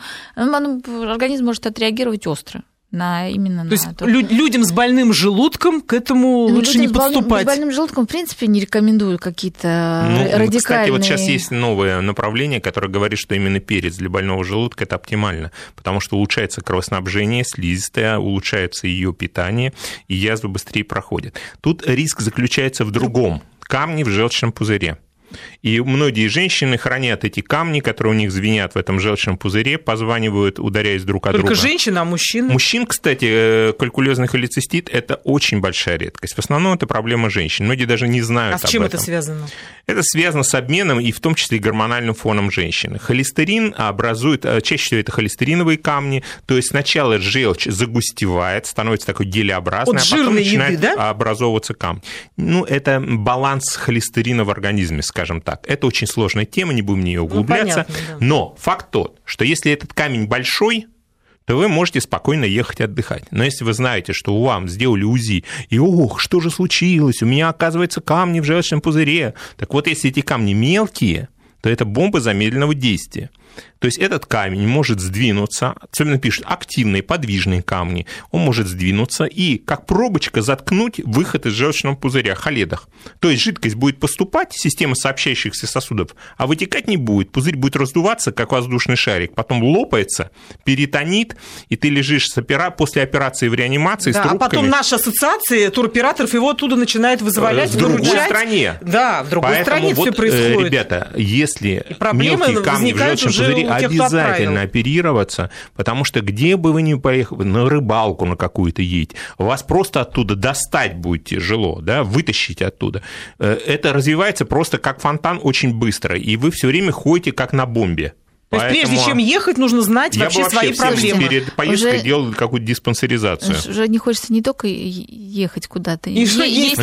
организм может отреагировать остро. То есть людям с больным желудком к этому лучше не подступать. С больным желудком, в принципе, не рекомендую какие-то радикальные... Кстати, вот сейчас есть новое направление, которое говорит, что именно перец для больного желудка – это оптимально, потому что улучшается кровоснабжение, слизистая, улучшается ее питание, и язвы быстрее проходят. Тут риск заключается в другом – камни в желчном пузыре. И многие женщины хранят эти камни, которые у них звенят в этом желчном пузыре, позванивают, ударяясь друг о друга. Только женщины, а мужчины? Мужчин, кстати, калькулезный холецистит – это очень большая редкость. В основном это проблема женщин. Многие даже не знают об этом. А с чем это связано? Это связано с обменом и в том числе и гормональным фоном женщины. Холестерин образует, чаще всего это холестериновые камни, то есть сначала желчь загустевает, становится такой гелеобразной, а потом начинает образовываться камни. Это баланс холестерина в организме, скажем так. Это очень сложная тема, не будем в нее углубляться. Понятно, да. Но факт тот, что если этот камень большой, то вы можете спокойно ехать отдыхать. Но если вы знаете, что у вам сделали УЗИ, и что же случилось, у меня, оказывается, камни в желчном пузыре. Так вот, если эти камни мелкие, то это бомба замедленного действия. То есть этот камень может сдвинуться, особенно пишут активные, подвижные камни, он может сдвинуться и как пробочка заткнуть выход из желчного пузыря, холедах. То есть жидкость будет поступать, система сообщающихся сосудов, а вытекать не будет. Пузырь будет раздуваться, как воздушный шарик, потом лопается, перитонит, и ты лежишь после операции в реанимации с трубками. А потом наша ассоциация туроператоров его оттуда начинает вызволять, в другой стране. Да, в другой стране все происходит. Ребята, если мелкие камни в желчном пузыре, обязательно оперироваться, потому что где бы вы ни поехали, на рыбалку на какую-то едете, вас просто оттуда достать будет тяжело, да, вытащить оттуда. Это развивается просто как фонтан очень быстро, и вы все время ходите как на бомбе. То есть прежде чем ехать, нужно знать вообще свои проблемы. Перед поездкой делал какую-то диспансеризацию. Уже не хочется не только ехать куда-то, и есть и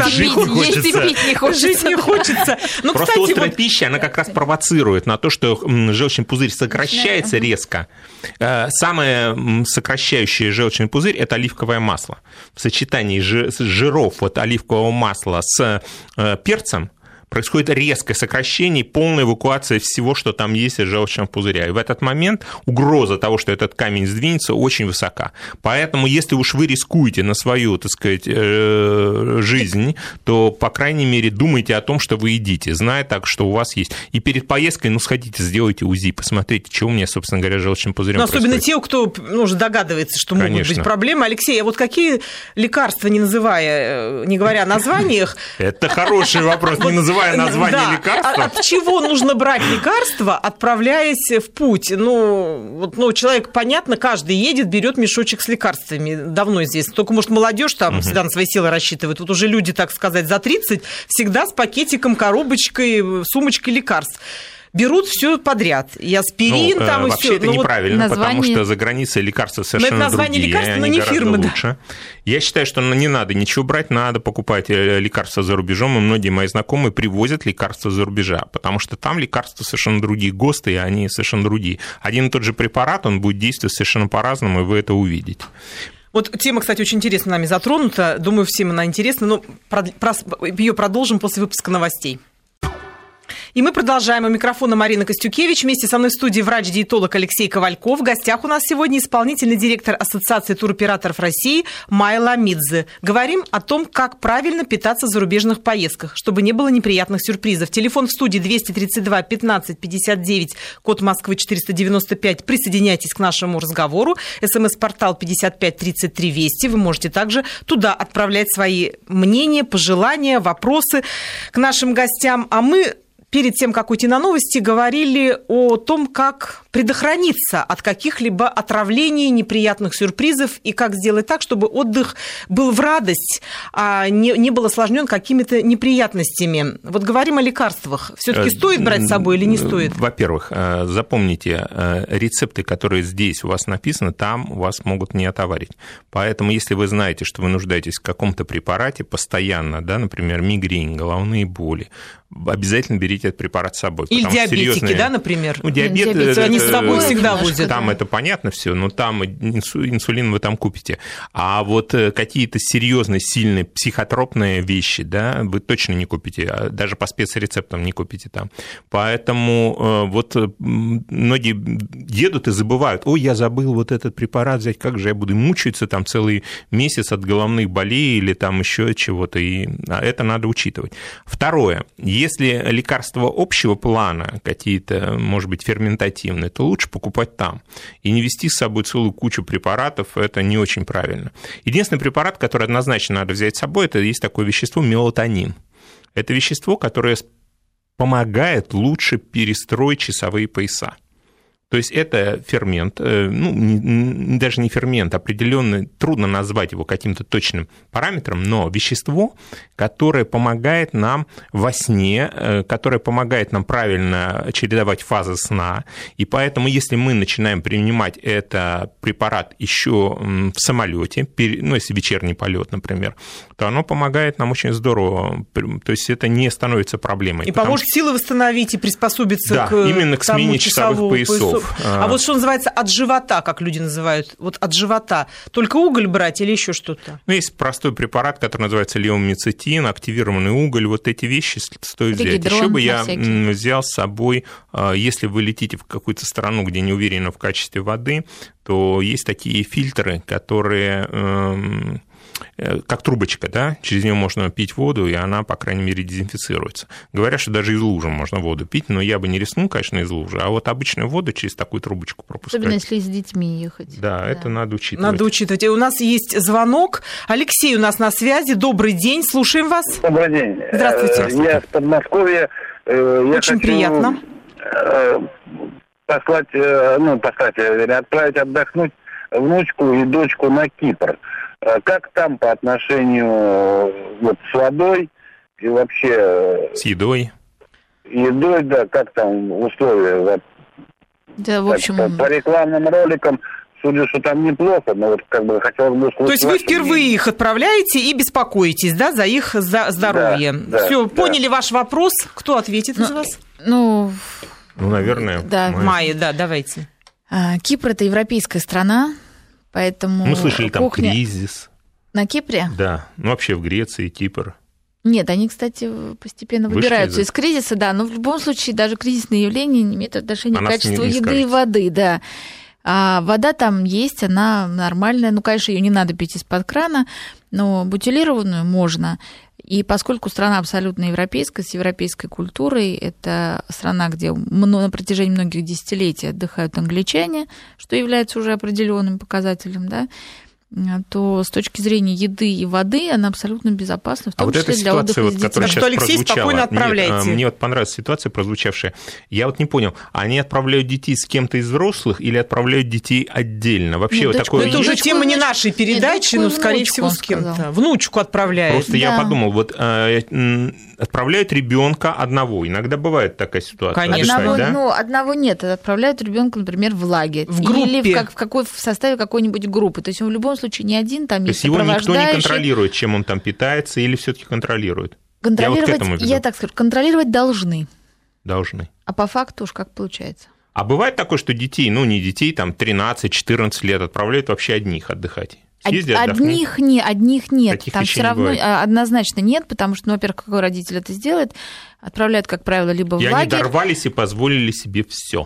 пить не хочется. Жить не хочется. Просто острая пища, она как раз провоцирует на то, что желчный пузырь сокращается резко. Самое сокращающее желчный пузырь – это оливковое масло. В сочетании жиров оливкового масла с перцем происходит резкое сокращение, полная эвакуация всего, что там есть из желчного пузыря. И в этот момент угроза того, что этот камень сдвинется, очень высока. Поэтому, если уж вы рискуете на свою, так сказать, жизнь, то, по крайней мере, думайте о том, что вы едите, зная так, что у вас есть. И перед поездкой, сходите, сделайте УЗИ, посмотрите, что у меня, собственно говоря, с желчным пузырем происходит. Особенно те, кто уже догадывается, что могут быть проблемы. Алексей, а вот какие лекарства, не говоря о названиях... Это хороший вопрос, не называя название лекарства. От чего нужно брать лекарства, отправляясь в путь? Человек, понятно, каждый едет, берет мешочек с лекарствами. Давно известно. Только, может, молодежь там всегда на свои силы рассчитывает. Вот уже люди, так сказать, за 30 всегда с пакетиком, коробочкой, сумочкой лекарств. Берут все подряд. И аспирин там, и вообще все. Это неправильно, потому что за границей лекарства совершенно другие. Лекарств, но не фирмы, лучше. Я считаю, что не надо ничего брать, надо покупать лекарства за рубежом, и многие мои знакомые привозят лекарства за рубежа, потому что там лекарства совершенно другие, ГОСТы, и они совершенно другие. Один и тот же препарат, он будет действовать совершенно по-разному, и вы это увидите. Вот тема, кстати, очень интересно нами затронута. Думаю, всем она интересна, но ее продолжим после выпуска новостей. И мы продолжаем. У микрофона Марина Костюкевич. Вместе со мной в студии врач-диетолог Алексей Ковальков. В гостях у нас сегодня исполнительный директор Ассоциации туроператоров России Майя Ламидзе. Говорим о том, как правильно питаться в зарубежных поездках, чтобы не было неприятных сюрпризов. Телефон в студии 232 15 59, код Москвы 495. Присоединяйтесь к нашему разговору. СМС-портал 55 33 Вести. Вы можете также туда отправлять свои мнения, пожелания, вопросы к нашим гостям. А мы перед тем, как уйти на новости, говорили о том, как предохраниться от каких-либо отравлений, неприятных сюрпризов и как сделать так, чтобы отдых был в радость, а не был осложнен какими-то неприятностями. Вот говорим о лекарствах. Все-таки стоит брать с собой или не стоит? Во-первых, запомните, рецепты, которые здесь у вас написаны, там вас могут не отоварить. Поэтому, если вы знаете, что вы нуждаетесь в каком-то препарате постоянно, да, например, мигрень, головные боли, обязательно берите этот препарат с собой. Или диабетики, да, например? Ну, диабет, они с собой всегда возят. Там это понятно все, но там инсулин вы там купите. А вот какие-то серьезные, сильные психотропные вещи, да, вы точно не купите, даже по спецрецептам не купите там. Поэтому вот многие едут и забывают: ой, я забыл вот этот препарат взять, как же я буду мучиться там целый месяц от головных болей или там еще чего-то, и это надо учитывать. Второе. Если лекарства общего плана, какие-то, может быть, ферментативные, то лучше покупать там. И не везти с собой целую кучу препаратов, это не очень правильно. Единственный препарат, который однозначно надо взять с собой, это есть такое вещество мелатонин. Это вещество, которое помогает лучше перестроить часовые пояса. То есть это фермент, ну, даже не фермент, определенный, трудно назвать его каким-то точным параметром, но вещество, которое помогает нам во сне, которое помогает нам правильно чередовать фазы сна, и поэтому, если мы начинаем принимать этот препарат еще в самолете, ну, если вечерний полет, например, то оно помогает нам очень здорово, то есть это не становится проблемой. И поможет силы восстановить и приспособиться к именно к смене часовых поясов. А вот что называется от живота, как люди называют, вот от живота, только уголь брать или еще что-то? Ну, есть простой препарат, который называется леомицетин, активированный уголь, вот эти вещи стоит взять. Еще бы я взял с собой, если вы летите в какую-то страну, где не уверены в качестве воды, то есть такие фильтры, которые как трубочка, да, через нее можно пить воду, и она, по крайней мере, дезинфицируется. Говорят, что даже из лужи можно воду пить, но я бы не рискнул, конечно, из лужи, а вот обычную воду через такую трубочку пропускать. Особенно, если с детьми ехать. Да, это надо учитывать. Надо учитывать. И у нас есть звонок. Алексей у нас на связи. Добрый день, слушаем вас. Добрый день. Здравствуйте. Я в Подмосковье. Очень приятно. Отправить отдохнуть внучку и дочку на Кипр. Как там по отношению вот с водой и вообще... С едой? Едой, да, как там условия? Да, в общем... По рекламным роликам, судя, что там неплохо, но вот как бы хотелось бы... То есть вы впервые их отправляете и беспокоитесь, да, за их здоровье? Да, Все, поняли ваш вопрос? Кто ответит из вас? Ну, наверное, да. Майя, да, давайте. Кипр – это европейская страна, поэтому... Мы слышали, там кризис. На Кипре? Да, ну вообще в Греции, Кипр. Нет, они, кстати, постепенно выбираются из кризиса, да, но в любом случае даже кризисные явления не имеют отношения к качеству еды и воды, да. А вода там есть, она нормальная, ну, конечно, ее не надо пить из-под крана, но бутилированную можно. И поскольку страна абсолютно европейская, с европейской культурой, это страна, где на протяжении многих десятилетий отдыхают англичане, что является уже определенным показателем, да, то с точки зрения еды и воды она абсолютно безопасна, в том числе для отдыха с детьми. Которая так что, Алексей, спокойно отправляйте. Мне вот понравилась ситуация прозвучавшая. Я вот не понял, они отправляют детей с кем-то из взрослых или отправляют детей отдельно? Вообще вот такое... Это уже тема не нашей передачи, но, скорее всего, с кем-то. Внучку отправляют. Просто я подумал, вот отправляют ребенка одного. Иногда бывает такая ситуация. Конечно. Одного нет. Отправляют ребенка, например, в лагерь. В группе. Или в составе какой-нибудь группы. То есть в любом случае не один, там есть сопровождающий. То есть его никто не контролирует, чем он там питается, или все-таки контролирует? Я так скажу, контролировать должны. Должны. А по факту уж как получается. А бывает такое, что детей, не детей, там 13-14 лет отправляют вообще одних отдыхать? Съезди, одних нет. Таких там все равно однозначно нет, потому что, во-первых, какой родитель это сделает, отправляют, как правило, либо в лагерь. И они дорвались и позволили себе все.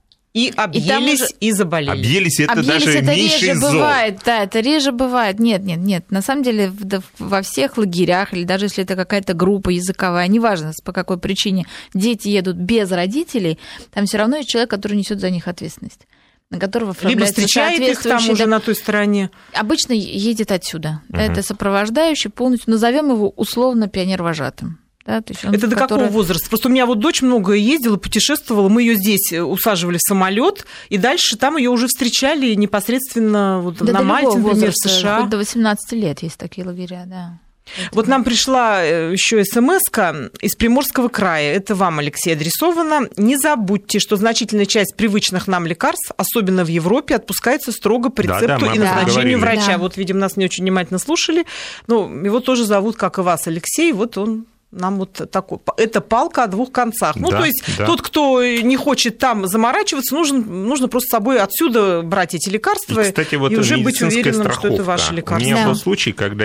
И объелись, и заболели. Объелись это даже меньше из зол. Бывает, да, это реже бывает. Нет. На самом деле во всех лагерях, или даже если это какая-то группа языковая, неважно по какой причине, дети едут без родителей, там все равно есть человек, который несет за них ответственность, на которого оформляется либо встречает их там уже на той стороне. Обычно едет отсюда. Это сопровождающий полностью, назовем его условно пионер-вожатым. Да, то есть это до какого возраста? Просто у меня вот дочь много ездила, путешествовала, мы ее здесь усаживали в самолет, и дальше там ее уже встречали непосредственно вот на Мальте, например, в США. Хоть до 18 лет есть такие лагеря, да. Вот нам пришла еще смс-ка из Приморского края. Это вам, Алексей, адресовано. Не забудьте, что значительная часть привычных нам лекарств, особенно в Европе, отпускается строго по рецепту и назначению врача. Да. Вот, видимо, нас не очень внимательно слушали. Но его тоже зовут, как и вас, Алексей. Вот он нам вот такой. Это палка о двух концах. Ну, то есть тот, кто не хочет там заморачиваться, нужно просто с собой отсюда брать эти лекарства и, кстати, вот уже быть уверенным, что это ваши лекарства. У меня был случай, когда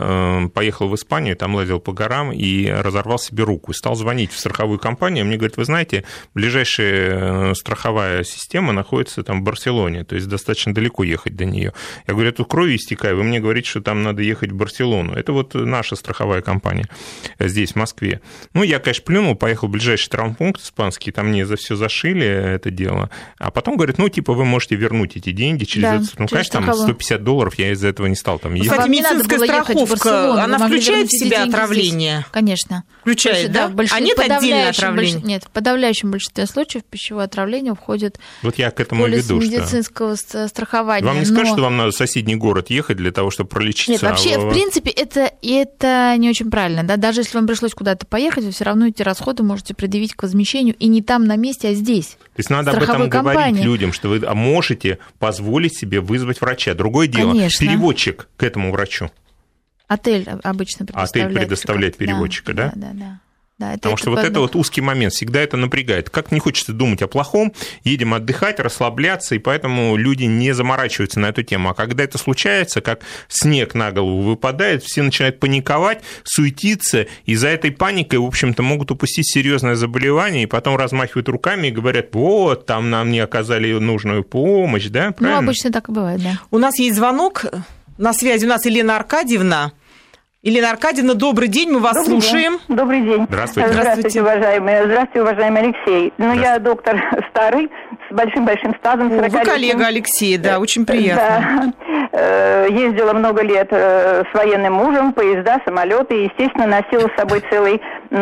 я поехал в Испанию, там лазил по горам и разорвал себе руку. И стал звонить в страховую компанию. Мне говорят, вы знаете, ближайшая страховая система находится там в Барселоне, то есть достаточно далеко ехать до нее. Я говорю, я тут кровью истекаю, вы мне говорите, что там надо ехать в Барселону. Это вот наша страховая компания здесь, в Москве. Ну, я, конечно, плюнул, поехал в ближайший травмпункт испанский, там мне за все зашили это дело. А потом говорят, ну, типа, вы можете вернуть эти деньги через это. Ну, конечно, там $150 я из-за этого не стал там ездить. Кстати, медицинская страховка, она включает в себя отравление? Здесь. Конечно. Включает, да? А нет отдельного отравления? Нет, в подавляющем большинстве случаев пищевое отравление входит вот я к этому и веду, медицинского страхования. Вам не скажут, что вам надо в соседний город ехать для того, чтобы пролечиться? Нет, вообще, в принципе, это не очень правильно. Да? Даже если вам пришлось куда-то поехать, вы все равно эти расходы можете предъявить к возмещению, и не там на месте, а здесь. То есть надо об этом говорить людям, что вы можете позволить себе вызвать врача. Другое дело, переводчик к этому врачу. Отель обычно предоставляет. Отель предоставляет переводчика, да? Да, потому что вот это вот узкий момент, всегда это напрягает. Как не хочется думать о плохом, едем отдыхать, расслабляться, и поэтому люди не заморачиваются на эту тему. А когда это случается, как снег на голову выпадает, все начинают паниковать, суетиться, и за этой паникой, в общем-то, могут упустить серьезное заболевание, и потом размахивают руками и говорят, вот, там нам не оказали нужную помощь, да? Правильно? Ну, обычно так и бывает, да. У нас есть звонок, на связи у нас Елена Аркадьевна. Елена Аркадьевна, добрый день, мы вас слушаем. Добрый день. Здравствуйте. Здравствуйте, уважаемый Алексей. Ну, я доктор старый, с большим-большим стажем. Вы коллега Алексея, да, очень приятно. Да. Ездила много лет с военным мужем, поезда, самолеты, и, естественно, носила с собой целый,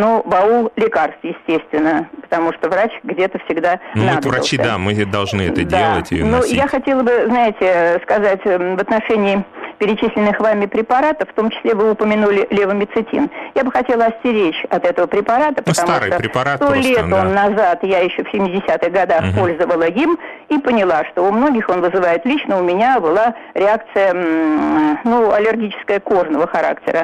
баул лекарств, естественно, потому что врач где-то всегда надобился. Мы врачи, да, мы должны это делать и носить. Я хотела бы, знаете, сказать в отношении перечисленных вами препаратов, в том числе вы упомянули левомицетин. Я бы хотела остеречь от этого препарата, потому старый что препарат 100 лет он назад, я еще в 70-х годах пользовала им и поняла, что у многих он вызывает, лично у меня была реакция, аллергическая кожного характера.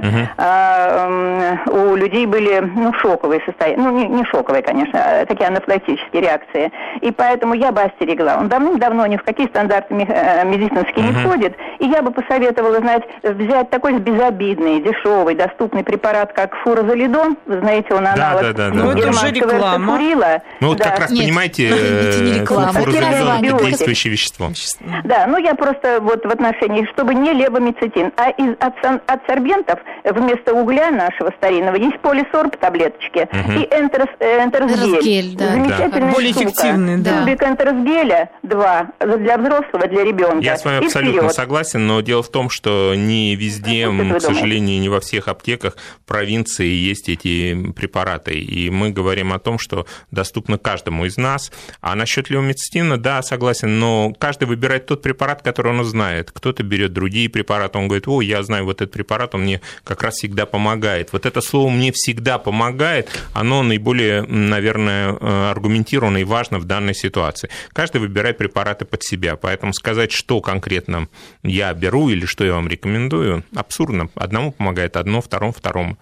У людей были, шоковые состояния, не шоковые, конечно, а такие анафилактические реакции. И поэтому я бы остерегла. Он давным-давно ни в какие стандарты медицинские не входит, и я бы посоветовала, взять такой безобидный, дешевый, доступный препарат, как фуразолидон. Вы знаете, он аналог германского эрсофурила. Как раз понимаете, фуразолидон – это действующее вещество. Да, я просто в отношении, чтобы не левомицетин, а из адсорбентов вместо угля нашего старинного есть полисорб таблеточки и энтеросгель. Замечательная более эффективный, Тюбик энтеросгеля 2 для взрослого, для ребенка. Я с вами абсолютно согласен, но дело в том, что не везде, к сожалению, не во всех аптеках провинции есть эти препараты. И мы говорим о том, что доступно каждому из нас. А насчет левомицетина, да, согласен, но каждый выбирает тот препарат, который он знает. Кто-то берет другие препараты, он говорит, я знаю вот этот препарат, он мне как раз всегда помогает. Вот это слово «мне всегда помогает», оно наиболее, наверное, аргументировано и важно в данной ситуации. Каждый выбирает препараты под себя, поэтому сказать, что конкретно я беру или что я вам рекомендую, абсурдно. Одному помогает одно, второму.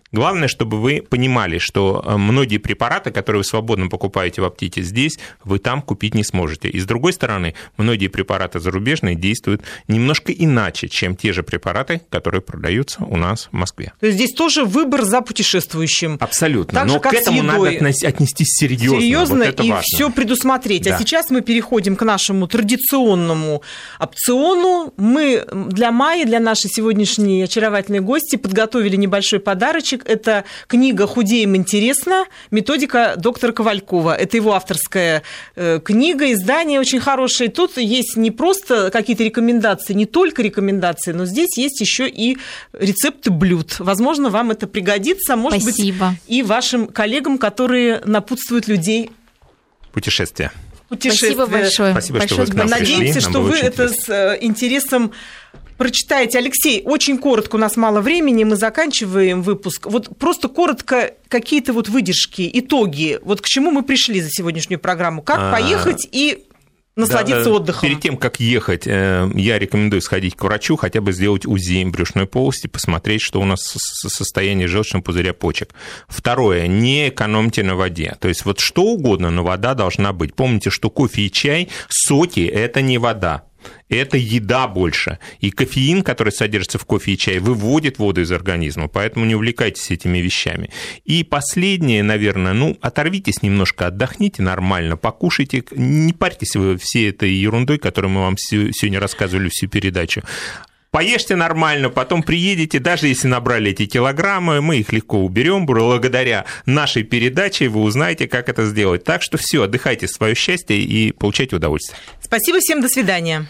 Главное, чтобы вы понимали, что многие препараты, которые вы свободно покупаете в аптеке здесь, вы там купить не сможете. И с другой стороны, многие препараты зарубежные действуют немножко иначе, чем те же препараты, которые продаются у нас в Москве. То есть здесь тоже выбор за путешествующим. Абсолютно. Так же, но как к этому надо отнестись серьезно. Серьезно, вот это и важно. все предусмотреть. Да. А сейчас мы переходим к нашему традиционному опциону. Мы для Майи, для нашей сегодняшней очаровательной гости, подготовили небольшой подарочек. Это книга «Худеем интересно», методика доктора Ковалькова. Это его авторская книга, издание очень хорошее. Тут есть не просто какие-то рекомендации, не только рекомендации, но здесь есть еще и рецепты блюд. Возможно, вам это пригодится, может Спасибо. быть, и вашим коллегам, которые напутствуют людей Путешествие. Спасибо большое. Спасибо, что вы к нам пришли. Надеемся, Нам что было вы очень это интересно. с интересом прочитаете. Алексей, очень коротко, у нас мало времени, мы заканчиваем выпуск. Вот просто коротко какие-то вот выдержки, итоги. Вот к чему мы пришли за сегодняшнюю программу? Как поехать и насладиться отдыхом? Перед тем, как ехать, я рекомендую сходить к врачу, хотя бы сделать УЗИ брюшной полости, посмотреть, что у нас состояние желчного пузыря почек. Второе, не экономьте на воде. То есть вот что угодно, но вода должна быть. Помните, что кофе и чай, соки – это не вода. Это еда больше. И кофеин, который содержится в кофе и чае, выводит воду из организма, поэтому не увлекайтесь этими вещами. И последнее, наверное, оторвитесь немножко, отдохните нормально, покушайте, не парьтесь вы всей этой ерундой, которую мы вам сегодня рассказывали всю передачу. Поешьте нормально, потом приедете, даже если набрали эти килограммы, мы их легко уберем. Благодаря нашей передаче вы узнаете, как это сделать. Так что все, отдыхайте в свое счастье и получайте удовольствие. Спасибо всем, до свидания.